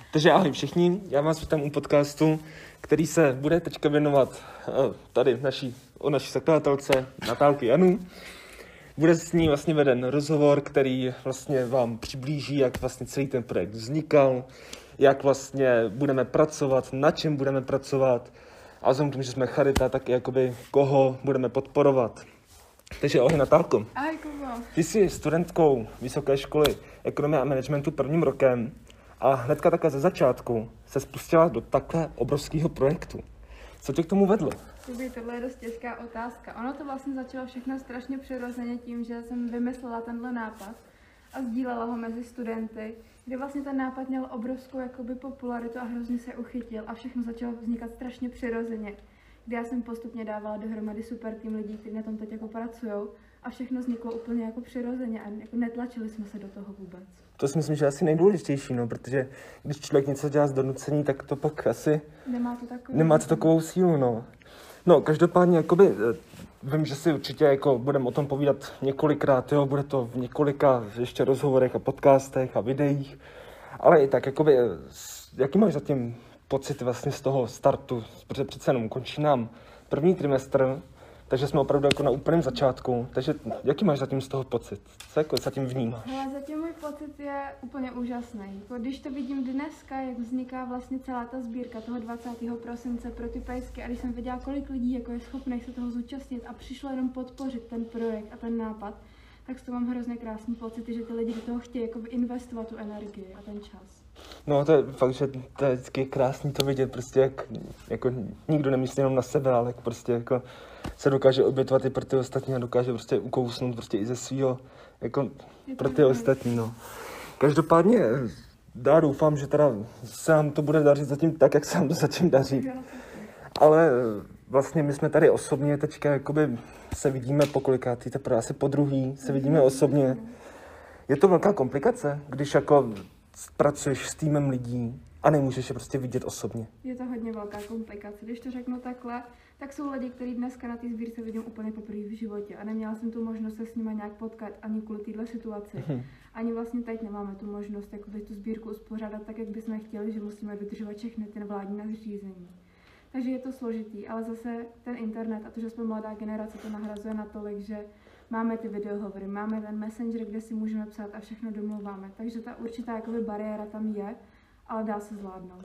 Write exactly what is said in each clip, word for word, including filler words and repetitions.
Takže ahoj všichni, já vás vítám u podcastu, který se bude teďka věnovat tady naší, o naší zakladatelce Natálky Janu. Bude s ní vlastně veden rozhovor, který vlastně vám přiblíží, jak vlastně celý ten projekt vznikal, jak vlastně budeme pracovat, na čem budeme pracovat a vzhledem k tomu, že jsme charita, tak i jakoby koho budeme podporovat. Takže ahoj Natálko. Ahoj Kubo. Ty jsi studentkou Vysoké školy ekonomie a managementu prvním rokem a hnedka takhle ze začátku se spustila do takhle obrovského projektu. Co tě k tomu vedlo? Kubi, tohle je dost těžká otázka. Ono to vlastně začalo všechno strašně přirozeně tím, že jsem vymyslela tenhle nápad a sdílela ho mezi studenty, kde vlastně ten nápad měl obrovskou jakoby popularitu a hrozně se uchytil a všechno začalo vznikat strašně přirozeně, kdy já jsem postupně dávala dohromady super tým lidí, kteří na tom teď jako pracujou a všechno vzniklo úplně jako přirozeně a jako netlačili jsme se do toho vůbec. To si myslím, že je asi nejdůležitější, no, protože když člověk něco dělá z donucení, tak to pak asi Nemá to takovou, nemá to takovou sílu, no. No, každopádně, jakoby, vím, že si určitě jako budeme o tom povídat několikrát, jo, bude to v několika ještě rozhovorech a podcastech a videích, ale i tak, jakoby, jaký máš zatím pocit vlastně z toho startu, protože přece jenom končí nám první trimestr, takže jsme opravdu jako na úplném začátku, takže jaký máš zatím z toho pocit? Co jako zatím vnímáš? Hele, zatím můj pocit je úplně úžasný. Když to vidím dneska, jak vzniká vlastně celá ta sbírka toho dvacátého prosince pro ty pejsky a když jsem viděla, kolik lidí jako je schopných se toho zúčastnit a přišlo jenom podpořit ten projekt a ten nápad, tak z toho mám hrozně krásný pocity, že ty lidi do toho chtějí jako investovat tu energii a ten čas. No to je fakt, že to je vždycky krásný to vidět, prostě jak jako nikdo nemyslí jenom na sebe, ale jak prostě jako se dokáže obětovat i pro ty ostatní a dokáže prostě ukousnout prostě i ze svýho, jako pro ty ostatní, no. Každopádně já doufám, že teda se nám to bude dařit zatím tak, jak se nám to zatím daří. Ale vlastně my jsme tady osobně teďka jakoby se vidíme pokolikátý, teprve asi po druhý se vidíme osobně. Je to velká komplikace, když jako pracuješ s týmem lidí a nemůžeš je prostě vidět osobně. Je to hodně velká komplikace. Když to řeknu takhle, tak jsou lidi, kteří dneska na té sbírce vidím úplně poprvé v životě a neměla jsem tu možnost se s nimi nějak potkat ani kvůli této situaci. Hmm. Ani vlastně teď nemáme tu možnost jakoby tu sbírku uspořádat tak, jak bychom chtěli, že musíme dodržovat všechny ty vládní nařízení. Takže je to složitý, ale zase ten internet a to, že jsme mladá generace, to nahrazuje natolik, že máme ty videohovory, máme ten messenger, kde si můžeme psát a všechno domluváme. Takže ta určitá jakoby bariéra tam je, ale dá se zvládnout.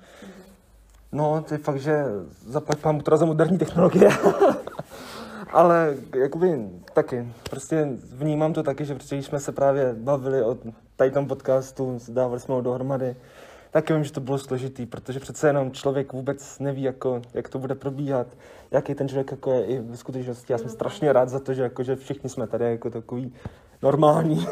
No, to je fakt, že zaplať pán teda za moderní technologie. Ale jakoby taky, prostě vnímám to taky, že prostě, když jsme se právě bavili o tady tom podcastu, dávali jsme ho dohromady, taky vím, že to bylo složitý, protože přece jenom člověk vůbec neví, jako, jak to bude probíhat, jaký ten člověk jako je i v skutečnosti. Já jsem strašně rád za to, že, jako, že všichni jsme tady jako takový normální,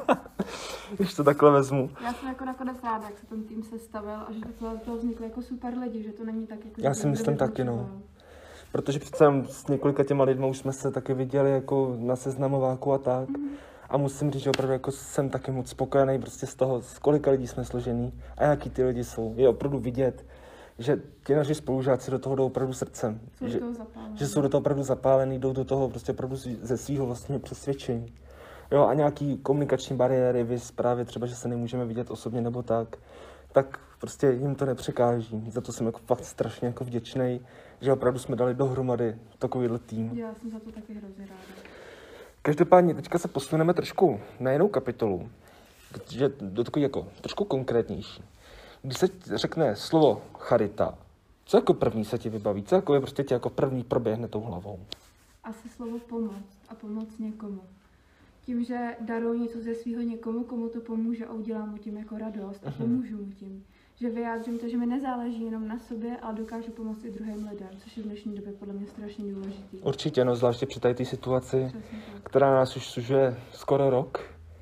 když to takhle vezmu. Já jsem jako nakonec ráda, jak se ten tým sestavil a že to toho vznikly jako super lidi, že to není tak jako... Já si myslím taky, no. Protože přece s několika těma lidma už jsme se taky viděli jako na seznamováku a tak. Mm. A musím říct, že opravdu jako jsem taky moc spokojený prostě z toho, z kolika lidí jsme složení a jaký ty lidi jsou. Je opravdu vidět, že ti naši spolužáci do toho jdou opravdu srdcem. Jsou že, že jsou do toho opravdu zapálení, jdou do toho prostě opravdu ze svého vlastního přesvědčení. Jo, a nějaký komunikační bariéry, vys právě třeba, že se nemůžeme vidět osobně nebo tak, tak prostě jim to nepřekáží. Za to jsem jako fakt strašně jako vděčnej, že opravdu jsme dali dohromady takovýhle tým. Já jsem za to taky hrozně ráda. Každopádně teďka se posuneme trošku na jinou kapitolu, že do takový jako trošku konkrétnější. Když se řekne slovo charita, co jako první se ti vybaví? Co jako je prostě ti jako první proběhne tou hlavou? Asi slovo pomoc a pomoc někomu. Tím, že daruju něco ze svého někomu, komu to pomůže a udělám mu tím jako radost a pomůžu mu tím. Že vyjádřím to, že mi nezáleží jenom na sobě, ale dokážu pomoct i druhým lidem, což je v dnešní době podle mě strašně důležitý. Určitě, no zvláště při té situaci, která nás už sužuje skoro rok,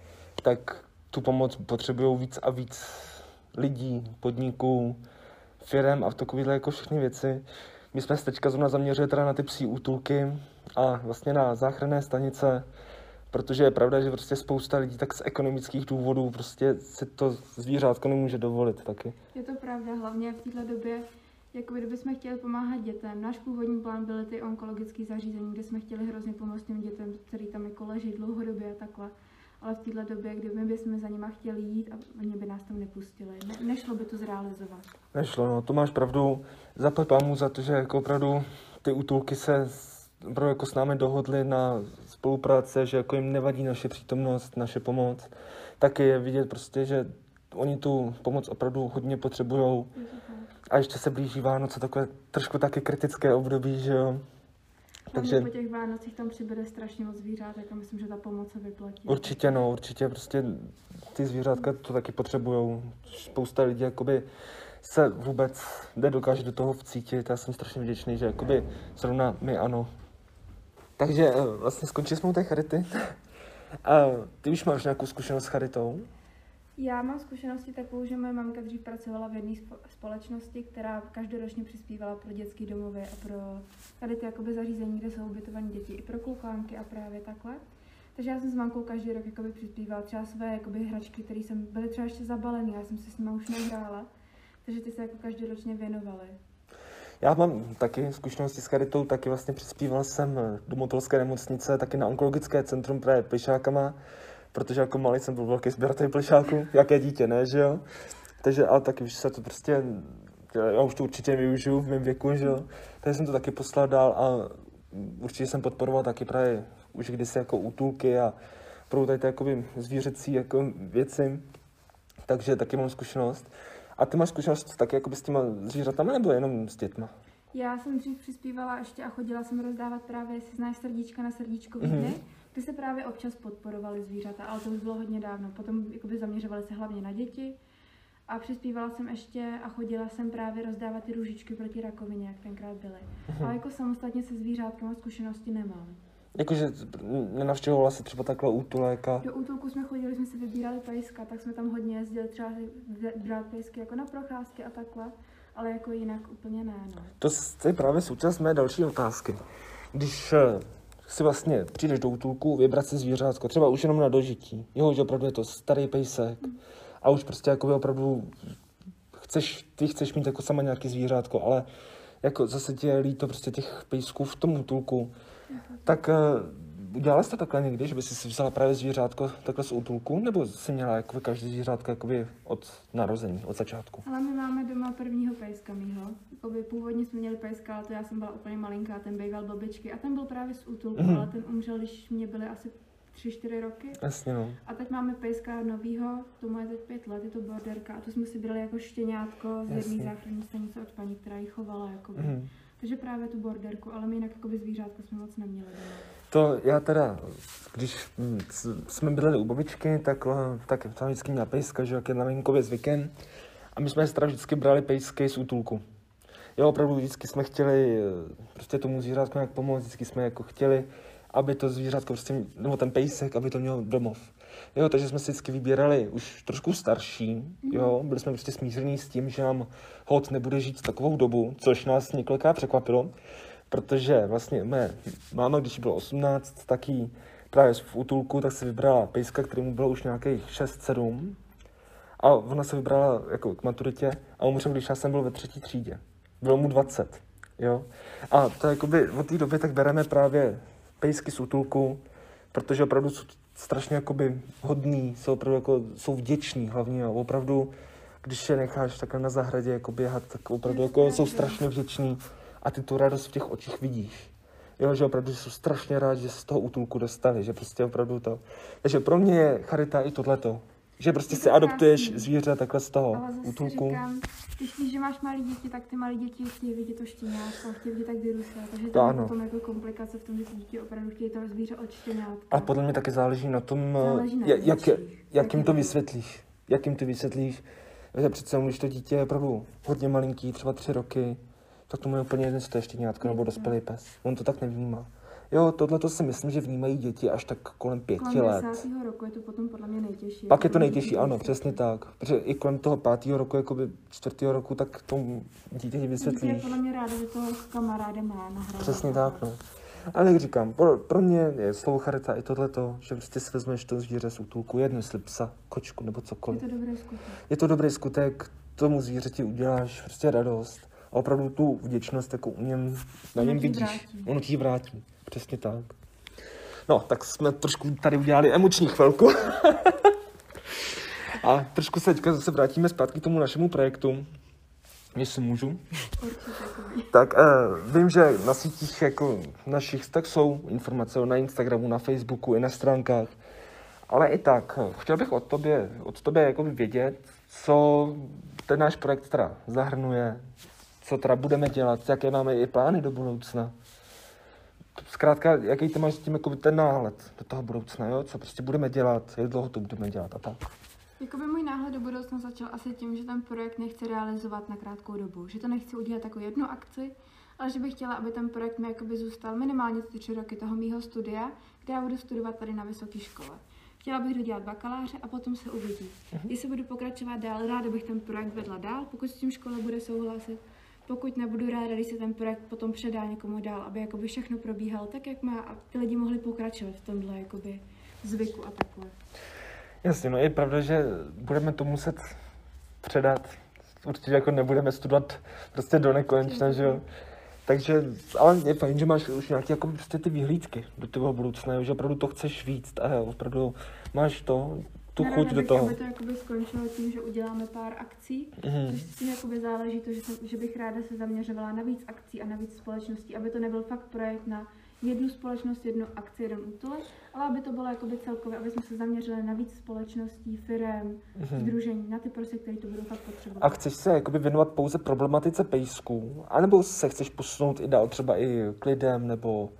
tak tu pomoc potřebují víc a víc lidí, podniků, firem a v takovéhle jako všechny věci. My jsme se teďka zrovna zaměřili teda na ty psí útulky a vlastně na záchranné stanice, protože je pravda, že prostě spousta lidí tak z ekonomických důvodů prostě si to zvířátko nemůže dovolit taky. Je to pravda, hlavně v této době, jako kdybychom chtěli pomáhat dětem. Náš původní plán byly ty onkologické zařízení, kde jsme chtěli hrozně pomoct těm dětem, který tam jako leží dlouhodobě a takhle. ale v této době, kdyby bychom za nima chtěli jít a oni by nás tam nepustili, ne, nešlo by to zrealizovat. Nešlo, no, to máš pravdu. Zaplať pámu za to, že jako opravdu ty útulky se opravdu jako s námi dohodly na spolupráce, že jako jim nevadí naše přítomnost, naše pomoc. Taky je vidět prostě, že oni tu pomoc opravdu hodně potřebujou. A ještě se blíží Vánoce, takové trošku taky kritické období, že jo. Takže po těch Vánocích tam přibude strašně moc zvířat, tak myslím, že ta pomoc se vyplatí. Určitě, no, určitě, prostě ty zvířátka to taky potřebujou. Spousta lidí jakoby se vůbec nedokáže do toho vcítit. Já jsem strašně vděčný, že jakoby zrovna my ano. Takže vlastně skončili jsme u té charity. A ty už máš nějakou zkušenost s charitou? Já mám zkušenosti takovou, že moje mamka dřív pracovala v jedné společnosti, která každoročně přispívala pro dětské domovy a pro tady ty jakoby zařízení, kde jsou ubytované děti, i pro klukánky a právě takhle. Takže já jsem s mamkou každý rok jakoby přispívala třeba své jakoby hračky, které jsem byly třeba ještě zabalené, já jsem se s nimi už nehrála, takže ty se jako každoročně věnovaly. Já mám taky zkušenosti s charitou, taky vlastně přispíval jsem do Motolské nemocnice, taky na onkologické centrum právě plišákama, protože jako malý jsem byl velký sběratel plišáků, jaké dítě, ne, že jo? Takže, ale taky už se to prostě, já už to určitě využiju v mém věku, že jo? Takže jsem to taky poslal dál a určitě jsem podporoval taky právě už kdysi jako útulky a pro tady ty jakoby zvířecí jako věci, takže taky mám zkušenost. A ty máš zkušenost taky jakoby s těma zvířatama nebo jenom s dětma? Já jsem dřív přispívala ještě a chodila jsem rozdávat právě, jestli znáš Srdíčka na srdíčkový dny, mm-hmm. Ty se právě občas podporovali zvířata, ale to už bylo hodně dávno. Potom jakoby zaměřovali se hlavně na děti a přispívala jsem ještě a chodila jsem právě rozdávat ty růžičky proti rakovině, jak tenkrát byly. Mm-hmm. Ale jako samostatně se zvířátkama zkušenosti nemám. Jakože nenavštěvovala si třeba takhle útulek a... Do útulku jsme chodili, jsme si vybírali pejska, tak jsme tam hodně jezdili třeba brát pejsky jako na procházky a takhle, ale jako jinak úplně ne, no. To je právě součást mé další otázky. Když si vlastně přijdeš do útulku, vybrat si zvířátko, třeba už jenom na dožití, jo, že opravdu je to starý pejsek hmm. a už prostě jako opravdu chceš, ty chceš mít jako sama nějaký zvířátko, ale jako zase ti je líto prostě těch pejsků v tom útulku, tak uh, udělala jsi to takhle někdy, že by si vzala právě zvířátko takhle z útulku, nebo jsi měla jako každý zvířátko jakoby od narození, od začátku? Ale my máme doma prvního pejska mýho. Jakoby původně jsme měli pejska, ale to já jsem byla úplně malinká, ten býval blbičky a ten byl právě z útulku, mm-hmm. ale ten umřel, když mě byly asi tři, čtyři roky. Jasně, no. A teď máme pejska novýho, tomu je teď pět let, je to borderka a to jsme si brali jako štěňátko z jedné záchranné stanice od paní, která ji chovala jakoby. Mm-hmm. Takže právě tu borderku, ale my jinak jakoby zvířátko jsme moc neměli doma. To já teda, když jsme byli u babičky, tak, tak tam vždycky měla pejska, že jak je na venkově zvykem. A my jsme teda vždycky brali pejsky z útulku. Jo, opravdu vždycky jsme chtěli prostě tomu zvířátku nějak pomoct, vždycky jsme jako chtěli, aby to zvířátko prostě, nebo ten pejsek, aby to měl domov. Jo, takže jsme si vždycky vybírali už trošku starší, jo, byli jsme prostě smíření s tím, že nám hod nebude žít takovou dobu, což nás několikrát překvapilo, protože vlastně mé máma, když bylo osmnáct, tak jí právě v útulku, tak si vybrala pejska, kterému bylo už nějakých šest sedm a ona se vybrala jako k maturitě a umřel, když já jsem byl ve třetí třídě. Bylo mu dvacet, jo. A to jakoby od té doby tak bereme právě pejsky z útulku, protože opravdu jsou strašně jakoby hodný, jsou opravdu jako, jsou vděční hlavně a opravdu, když je necháš takhle na zahradě jako běhat, tak opravdu jako jsou strašně vděční a ty tu radost v těch očích vidíš. Jo, že opravdu jsou strašně rádi, že se z toho útulku dostali, že prostě opravdu to. Takže pro mě je charita i tohleto. Že prostě si adoptuješ zvíře takhle z toho ale zase útulku. Říkám, když víš, že máš malé děti, tak ty malé děti chtějí vidět to štěňátko, chtějí vidět, jak vyrůstá. Takže to je potom jako komplikace v tom, že ty děti opravdu chtějí to zvíře od štěňátka. A podle mě taky záleží na tom, záleží na jak, jak, jak jim to vysvětlíš. Jak jim to vysvětlíš. Že přece, když to dítě je opravdu hodně malinký, třeba tři roky, tak tomu je úplně jedno, jestli to je štěňátko nebo dospělý pes. On to tak nevnímá. Jo, tohle to si myslím, že vnímají děti až tak kolem pěti kolem let. Kolem desátého roku je to potom podle mě nejtěžší. Pak je to nejtěžší, ano, přesně tak. Protože i kolem toho pátého roku, jakoby čtvrtého roku, tak tomu dítěti vysvětlíš. Dítě je podle mě ráda, že to kamaráde má nahrát. Přesně tak, no. Ale jak říkám, pro, pro mě je slovo charita i tohleto, že prostě si vezmeš to zvíře z útulku, jedno, jestli psa, kočku nebo cokoliv. Je to dobrý skutek. Je to dobrý skutek, tomu zvířeti uděláš prostě radost. A opravdu tu vděčnost jako u něm, na něm vidíš. Vrátí. Ono ti vrátí. Přesně tak. No, tak jsme trošku tady udělali emoční chvilku. A trošku se teďka zase vrátíme zpátky k tomu našemu projektu, jestli můžu. Tak uh, vím, že na sítích jako našich tak jsou informace na Instagramu, na Facebooku i na stránkách. Ale i tak, chtěl bych od tobě, od tobě jakoby vědět, co ten náš projekt teda zahrnuje, co teda budeme dělat, jaké máme i plány do budoucna. Zkrátka, jaký ty máš s tím jakoby ten náhled do toho budoucna, jo? Co prostě budeme dělat, jak dlouho to budeme dělat a tak. Jakoby můj náhled do budoucna začal asi tím, že ten projekt nechci realizovat na krátkou dobu, že to nechci udělat jako jednu akci, ale že bych chtěla, aby ten projekt mi jakoby zůstal minimálně ty tři roky toho mýho studia, kde já budu studovat tady na vysoké škole. Chtěla bych dodělat bakaláře a potom se uvidí. Uh-huh. Jestli budu pokračovat dál, ráda bych ten projekt vedla dál, pokud s tím škola bude souhlasit. Pokud nebudu ráda, když se ten projekt potom předá někomu dál, aby jakoby všechno probíhalo tak, jak má a ty lidi mohli pokračovat v tomhle jakoby zvyku a takhle. Jasně, no je pravda, že budeme to muset předat. Určitě jako nebudeme studovat prostě do nekonečna, že jo. Takže, ale je fajn, že máš už nějaké jako prostě ty vyhlídky do toho budoucna, jo? Že opravdu to chceš víc a opravdu máš to, tu chuť do toho. Aby to jakoby skončilo tím, že uděláme pár akcí, mm. což si jakoby záleží to, že, jsem, že bych ráda se zaměřovala na víc akcí a na víc společností, aby to nebyl fakt projekt na jednu společnost, jednu akci, jeden útulek, ale aby to bylo jakoby celkově, aby jsme se zaměřili na víc společností, firem, mm. sdružení, na ty prostě, které to budou fakt potřebovat. A chceš se jakoby věnovat pouze problematice pejsků, anebo se chceš posunout i dál třeba i k lidem, nebo...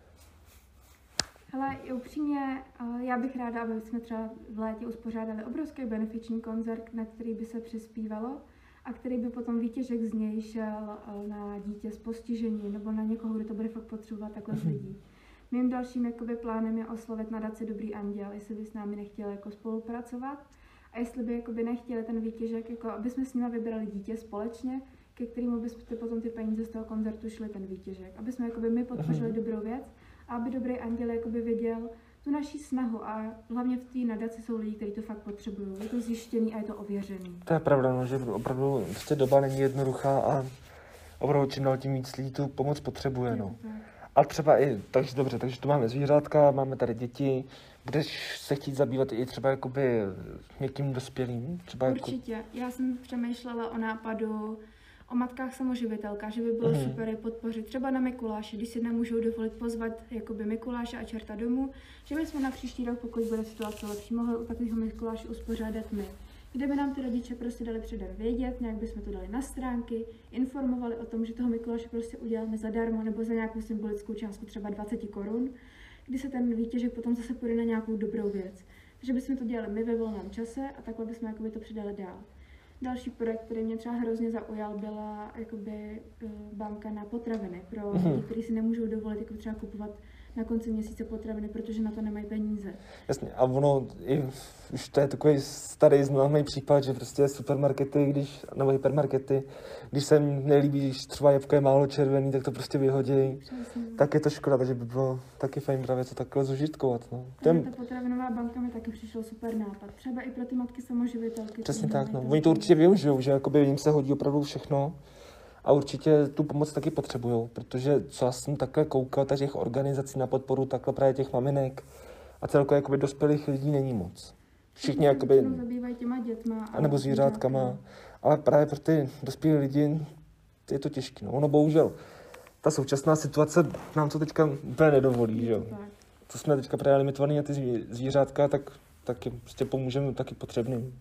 Hele, upřímně, já bych ráda, aby jsme třeba v létě uspořádali obrovský benefiční koncert, na který by se přispívalo a který by potom výtěžek z něj šel na dítě s postižením nebo na někoho, kdo to bude fakt potřebovat takhle z lidí. Mým dalším jakoby, plánem je oslovit nadaci Dobrý anděl, jestli by s námi nechtěli jako spolupracovat a jestli by jakoby, nechtěli ten výtěžek, jako, aby jsme s nimi vybrali dítě společně, ke kterému by potom ty peníze z toho koncertu šly ten výtěžek. Aby jsme jakoby, my podpořili dobrou věc a aby Dobrý anděl jakoby, věděl tu naši snahu a hlavně v té nadaci jsou lidi, kteří to fakt potřebují. Je to zjištěný a je to ověřený. To je pravda, no, že opravdu prostě doba není jednoduchá a opravdu čím dál tím víc lidí tu pomoc potřebuje. No. A třeba i, takže dobře, takže tu máme zvířátka, máme tady děti. Budeš se chtít zabývat i třeba jakoby někým dospělým? Třeba Určitě. Jako... Já jsem přemýšlela o nápadu o matkách samoživitelkách, že by bylo mm. super je podpořit třeba na Mikuláše, když si nemůžou dovolit pozvat jakoby Mikuláše a čerta domů, že bychom na příští rok, pokud bude situace lepší, mohli u takového Mikuláše uspořádat my. Kde by nám ty rodiče prostě dali předem vědět, nějak bychom to dali na stránky, informovali o tom, že toho Mikuláše prostě uděláme zadarmo nebo za nějakou symbolickou částku třeba dvacet korun, kdy se ten výtěžek potom zase půjde na nějakou dobrou věc. Takže bychom to dělali my ve volném čase a takhle bychom jakoby to předali dál. Další projekt, který mě třeba hrozně zaujal, byla jakoby banka na potraviny pro mm-hmm. lidi, kteří si nemůžou dovolit jako třeba kupovat na konci měsíce potraviny, protože na to nemají peníze. Jasně, a ono, i, už to je takový starý známý případ, že prostě supermarkety, když, nebo hypermarkety, když se jim nelíbí, když třeba jabko je málo červený, tak to prostě vyhodí. Přesně. Tak je to škoda, takže by bylo taky fajn právě to takhle zužitkovat. No. Ten... Ta potravinová banka mi taky přišel super nápad. Třeba i pro ty matky samoživitelky. Přesně tak, no. Oni to určitě využijou, že jakoby jim se hodí opravdu všechno. A určitě tu pomoc taky potřebujou, protože co já jsem takhle koukal, tak těch organizací na podporu takhle právě těch maminek a celkově jakoby dospělých lidí není moc. Všichni jakoby... zabývají těma dětma. A nebo zvířátkama. Ale právě pro ty dospělé lidi je to těžké. No. Ono bohužel, ta současná situace nám to teďka úplně nedovolí, že jo. To jsme teďka právě limitovaný na ty zvířátka, tak, tak je prostě pomůžeme taky potřebným.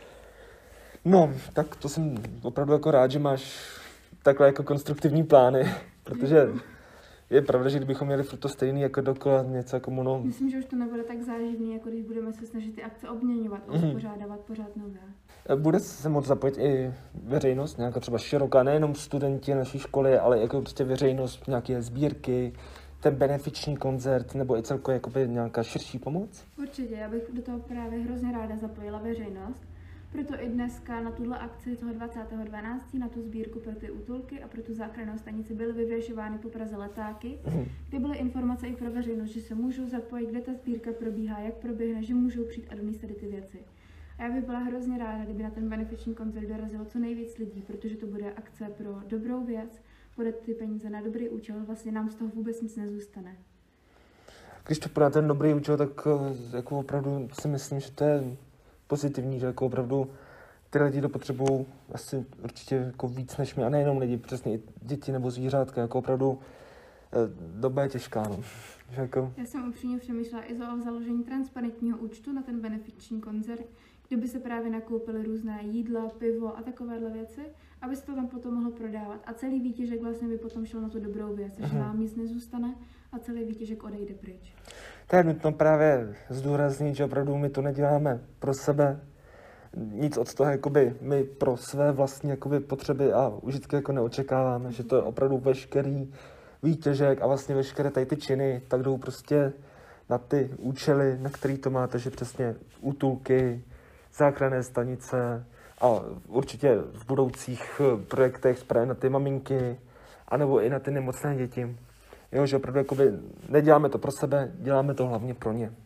No, tak to jsem opravdu jako rád, že máš takhle jako konstruktivní plány, protože je pravda, že kdybychom měli furt to stejný jako dokola, něco jako mono... Myslím, že už to nebude tak záživný, jako když budeme se snažit ty akce obměňovat a mm. uspořádávat pořád nové. Bude se moct zapojit i veřejnost, nějaká třeba široká, nejenom studenti naší školy, ale jako prostě veřejnost, nějaké sbírky, ten benefiční koncert, nebo i celkově jakoby nějaká širší pomoc? Určitě, já bych do toho právě hrozně ráda zapojila veřejnost. Proto i dneska na tuhle akci toho dvacátého dvanáctého na tu sbírku pro ty útulky a pro tu záchrannou stanici byly vyvěšovány po Praze letáky, mm. kde byly informace i pro veřejnost, že se můžou zapojit, kde ta sbírka probíhá, jak proběhne, že můžou přijít a donést tady ty věci. A já bych byla hrozně ráda, kdyby na ten benefiční koncert dorazilo co nejvíc lidí, protože to bude akce pro dobrou věc, bude ty peníze na dobrý účel, vlastně nám z toho vůbec nic nezůstane. když to půjde na ten dobrý účel, tak uh, jako opravdu si myslím, že to je pozitivní, že jako opravdu ty lidi to potřebují asi určitě jako víc než my, a nejenom lidi, přesně i děti nebo zvířátka, jako opravdu uh, doba je těžká, no. Že jako... Já jsem upřímně přemýšlela i o založení transparentního účtu na ten benefiční koncert, kde by se právě nakoupily různé jídla, pivo a takovéhle věci, aby se to tam potom mohlo prodávat. A celý výtěžek vlastně by potom šel na tu dobrou věc, že nám nic nezůstane a celý výtěžek odejde pryč. To je nutno právě zdůraznit, že opravdu my to neděláme pro sebe, nic od toho jakoby my pro své vlastní jakoby potřeby a užitky jako neočekáváme, že to je opravdu veškerý výtěžek a vlastně veškeré tady ty činy tak jdou prostě na ty účely, na který to máte, že přesně útulky, záchranné stanice a určitě v budoucích projektech právě na ty maminky, anebo i na ty nemocné děti. Jo, že opravdu jakoby neděláme to pro sebe, děláme to hlavně pro ně.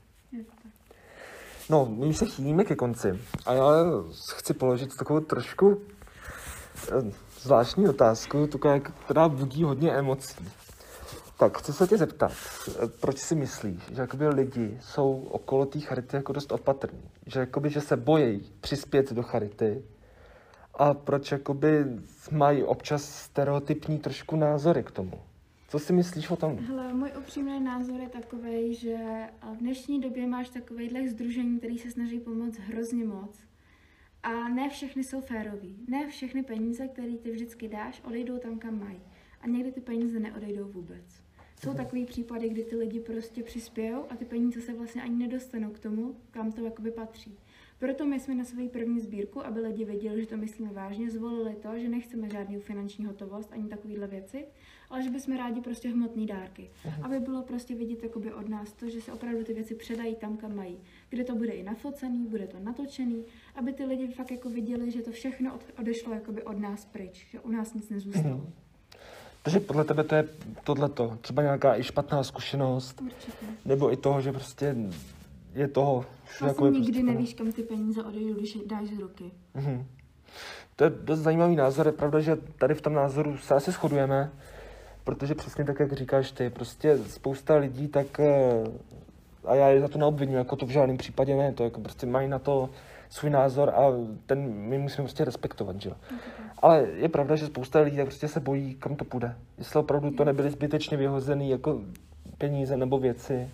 No, my už se chýlíme ke konci a já chci položit takovou trošku zvláštní otázku, taková, která budí hodně emocí. Tak, chci se tě zeptat, proč si myslíš, že jakoby lidi jsou okolo té charity jako dost opatrní? Že, jakoby, že se bojí přispět do charity a proč jakoby mají občas stereotypní trošku názory k tomu? Co si myslíš o tom? Hele, můj upřímný názor je takovej, že v dnešní době máš takovejhle sdružení, který se snaží pomoct hrozně moc. A ne všechny jsou férový. Ne všechny peníze, které ty vždycky dáš, odejdou tam, kam mají. A někdy ty peníze neodejdou vůbec. Jsou takový případy, kdy ty lidi prostě přispějou a ty peníze se vlastně ani nedostanou k tomu, kam to jakoby patří. Proto my jsme na svou první sbírku, aby lidi věděli, že to myslíme vážně, zvolili to, že nechceme žádnou finanční hotovost ani takovéhle věci, ale že bychom rádi prostě hmotné dárky. Uhum. Aby bylo prostě vidět jakoby od nás to, že se opravdu ty věci předají tam, kam mají. Kde to bude i nafocený, bude to natočený, aby ty lidi fakt jako viděli, že to všechno od, odešlo jakoby od nás pryč, že u nás nic nezůstalo. Uhum. Takže podle tebe to je tohleto, třeba nějaká i špatná zkušenost, určitě. Nebo i toho, že prostě je toho... Vlastně nikdy prostě nevíš, kam ty peníze odejdou, když je dáš z ruky. Mhm. To je dost zajímavý názor, je pravda, že tady v tom názoru se asi shodujeme, protože přesně tak, jak říkáš ty, prostě spousta lidí tak, a já je za to neobvinuji, jako to v žádném případě ne, to jako prostě mají na to svůj názor a ten my musíme prostě respektovat, že jo. Ale je pravda, že spousta lidí tak prostě se bojí, kam to půjde. Jestli opravdu to nebyly zbytečně vyhozený jako peníze nebo věci.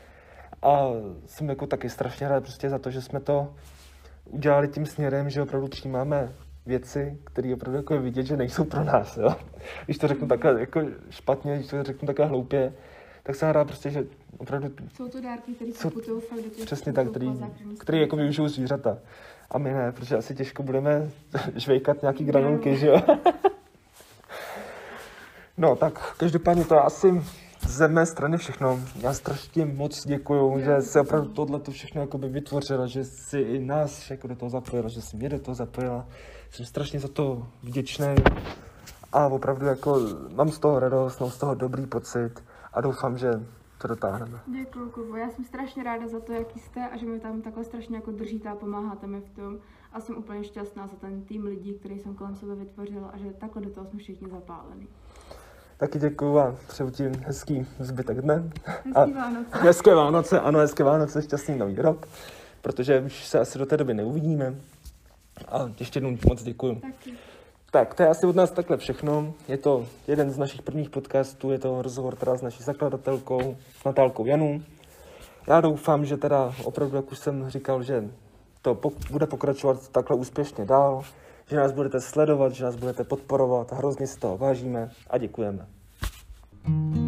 A jsem jako taky strašně rád prostě za to, že jsme to udělali tím směrem, že opravdu přijímáme věci, které opravdu jako je vidět, že nejsou pro nás, jo. Když to řeknu takhle jako špatně, když to řeknu takhle hloupě, tak jsem rád prostě, že opravdu... Jsou to dárky, které se putují fakt do těch... Přesně tak, který, který jako využijou zvířata. A my ne, protože asi těžko budeme žvejkat nějaký granulky, že jo. No tak, každopádně to asi ze mé strany všechno. Já strašně moc děkuju, že jsi opravdu tohleto všechno jakoby vytvořila, že jsi i nás jako do toho zapojila, že jsi mě do toho zapojila. Jsem strašně za to vděčný a opravdu jako mám z toho radost, mám z toho dobrý pocit a doufám, že to dotáhneme. Děkuju, Kubo. Já jsem strašně ráda za to, jaký jste a že mi tam takhle strašně jako držíte a pomáháte mi v tom. A jsem úplně šťastná za ten tým lidí, který jsem kolem sebe vytvořila a že takhle do toho jsme všichni zapálení. Taky děkuju a přeju ti hezký zbytek dne. Hezký Vánoce. Hezké Vánoce, ano, hezké Vánoce, šťastný nový rok, protože už se asi do té doby neuvidíme. A ještě jednou moc děkuju. Taky. Tak, to je asi od nás takhle všechno. Je to jeden z našich prvních podcastů, je to rozhovor teda s naší zakladatelkou, s Natálkou Janu. Já doufám, že teda opravdu, jak už jsem říkal, že to pok- bude pokračovat takhle úspěšně dál, že nás budete sledovat, že nás budete podporovat, hrozně si toho vážíme a děkujeme.